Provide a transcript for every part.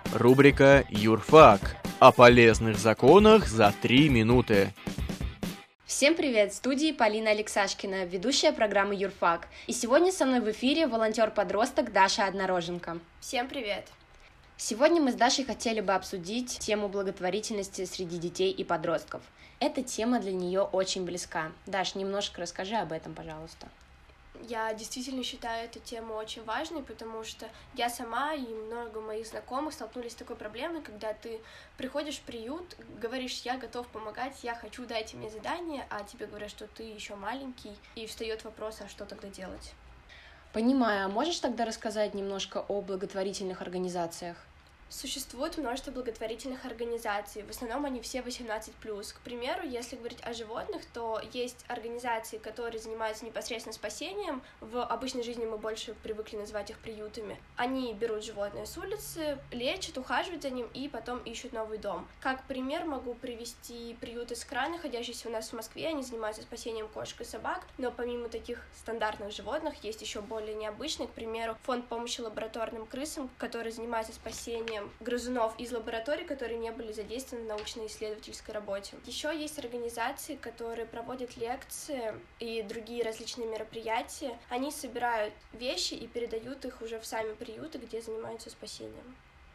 Рубрика «Юрфак» о полезных законах за 3 минуты. Всем привет! В студии Полина Алексашкина, ведущая программы «Юрфак». И сегодня со мной в эфире волонтер-подросток Даша Однороженко. Всем привет! Сегодня мы с Дашей хотели бы обсудить тему благотворительности среди детей и подростков. Эта тема для нее очень близка. Даш, немножко расскажи об этом, пожалуйста. Я действительно считаю эту тему очень важной, потому что я сама и много моих знакомых столкнулись с такой проблемой, когда ты приходишь в приют, говоришь: я готов помогать, я хочу, дайте мне задание, а тебе говорят, что ты еще маленький, и встает вопрос, а что тогда делать? Понимаю, а можешь тогда рассказать немножко о благотворительных организациях? Существует множество благотворительных организаций, в основном они все 18+. К примеру, если говорить о животных, то есть организации, которые занимаются непосредственно спасением. В обычной жизни мы больше привыкли называть их приютами. Они берут животное с улицы, лечат, ухаживают за ним и потом ищут новый дом. Как пример могу привести приют «Искра», находящийся у нас в Москве. Они занимаются спасением кошек и собак, но помимо таких стандартных животных есть еще более необычные. К примеру, фонд помощи лабораторным крысам, который занимается спасением грызунов из лабораторий, которые не были задействованы в научно-исследовательской работе. Еще есть организации, которые проводят лекции и другие различные мероприятия. Они собирают вещи и передают их уже в сами приюты, где занимаются спасением.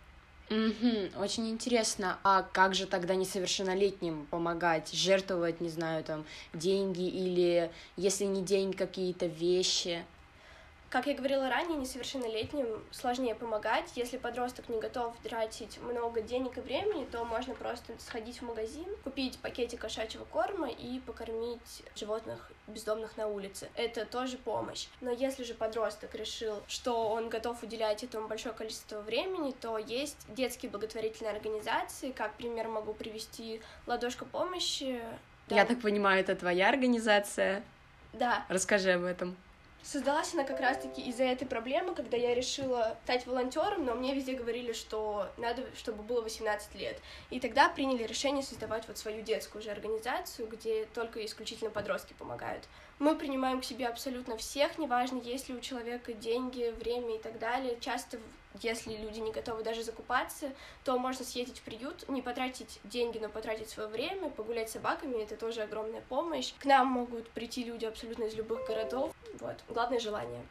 Очень интересно. А как же тогда несовершеннолетним помогать? Жертвовать, не знаю, там, деньги или, если не деньги, какие-то вещи? Как я говорила ранее, несовершеннолетним сложнее помогать. Если подросток не готов тратить много денег и времени, то можно просто сходить в магазин, купить пакетик кошачьего корма и покормить животных бездомных на улице. Это тоже помощь. Но если же подросток решил, что он готов уделять этому большое количество времени, то есть детские благотворительные организации. Как пример могу привести «Ладошка помощи». Я так понимаю, это твоя организация? Да. Расскажи об этом. Создалась она как раз-таки из-за этой проблемы, когда я решила стать волонтером, но мне везде говорили, что надо, чтобы было 18 лет. И тогда приняли решение создавать вот свою детскую уже организацию, где только исключительно подростки помогают. Мы принимаем к себе абсолютно всех, неважно, есть ли у человека деньги, время и так далее. Часто, если люди не готовы даже закупаться, то можно съездить в приют, не потратить деньги, но потратить свое время, погулять с собаками, это тоже огромная помощь. К нам могут прийти люди абсолютно из любых городов. Вот. Главное — желание.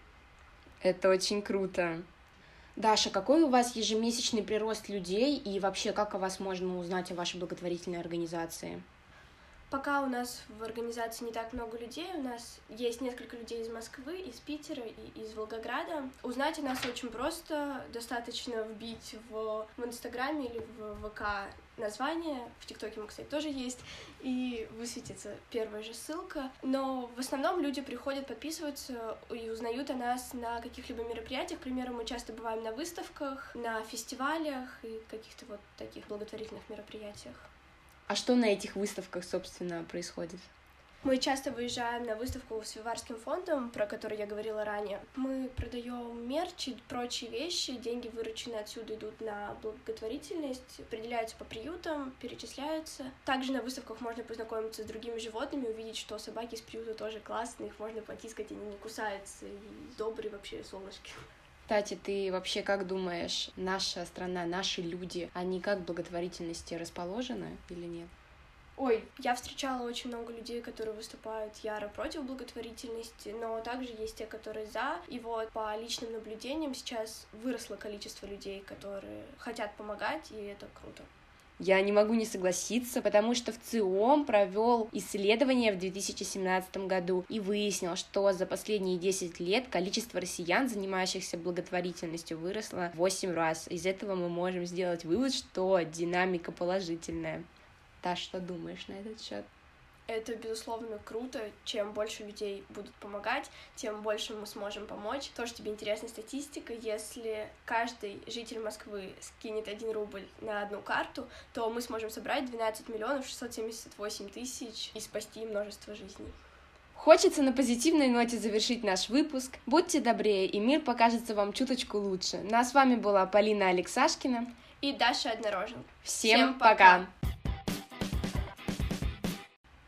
Это очень круто. Даша, какой у вас ежемесячный прирост людей и вообще как о вас можно узнать, о вашей благотворительной организации? Пока у нас в организации не так много людей, у нас есть несколько людей из Москвы, из Питера и из Волгограда. Узнать о нас очень просто, достаточно вбить в Инстаграме или в ВК название, в ТикТоке мы, кстати, тоже есть, и высветится первая же ссылка. Но в основном люди приходят, подписываются и узнают о нас на каких-либо мероприятиях. К примеру, мы часто бываем на выставках, на фестивалях и каких-то вот таких благотворительных мероприятиях. А что на этих выставках, собственно, происходит? Мы часто выезжаем на выставку с Виварским фондом, про который я говорила ранее. Мы продаем мерч и прочие вещи, деньги, вырученные отсюда, идут на благотворительность, определяются по приютам, перечисляются. Также на выставках можно познакомиться с другими животными, увидеть, что собаки из приюта тоже классные, их можно потискать, они не кусаются, и добрые вообще солнышки. Кстати, ты вообще как думаешь, наша страна, наши люди, они как к благотворительности расположены или нет? Ой, я встречала очень много людей, которые выступают яро против благотворительности, но также есть те, которые за. И вот по личным наблюдениям сейчас выросло количество людей, которые хотят помогать, и это круто. Я не могу не согласиться, потому что ВЦИОМ провел исследование в 2017 году и выяснил, что за последние 10 лет количество россиян, занимающихся благотворительностью, выросло в 8 раз. Из этого мы можем сделать вывод, что динамика положительная. Та, что думаешь на этот счет? Это, безусловно, круто. Чем больше людей будут помогать, тем больше мы сможем помочь. Тоже тебе интересная статистика. Если каждый житель Москвы скинет 1 рубль на одну карту, то мы сможем собрать 12 миллионов 678 тысяч и спасти множество жизней. Хочется на позитивной ноте завершить наш выпуск. Будьте добрее, и мир покажется вам чуточку лучше. Ну а с вами была Полина Алексашкина и Даша Однороженко. Всем пока!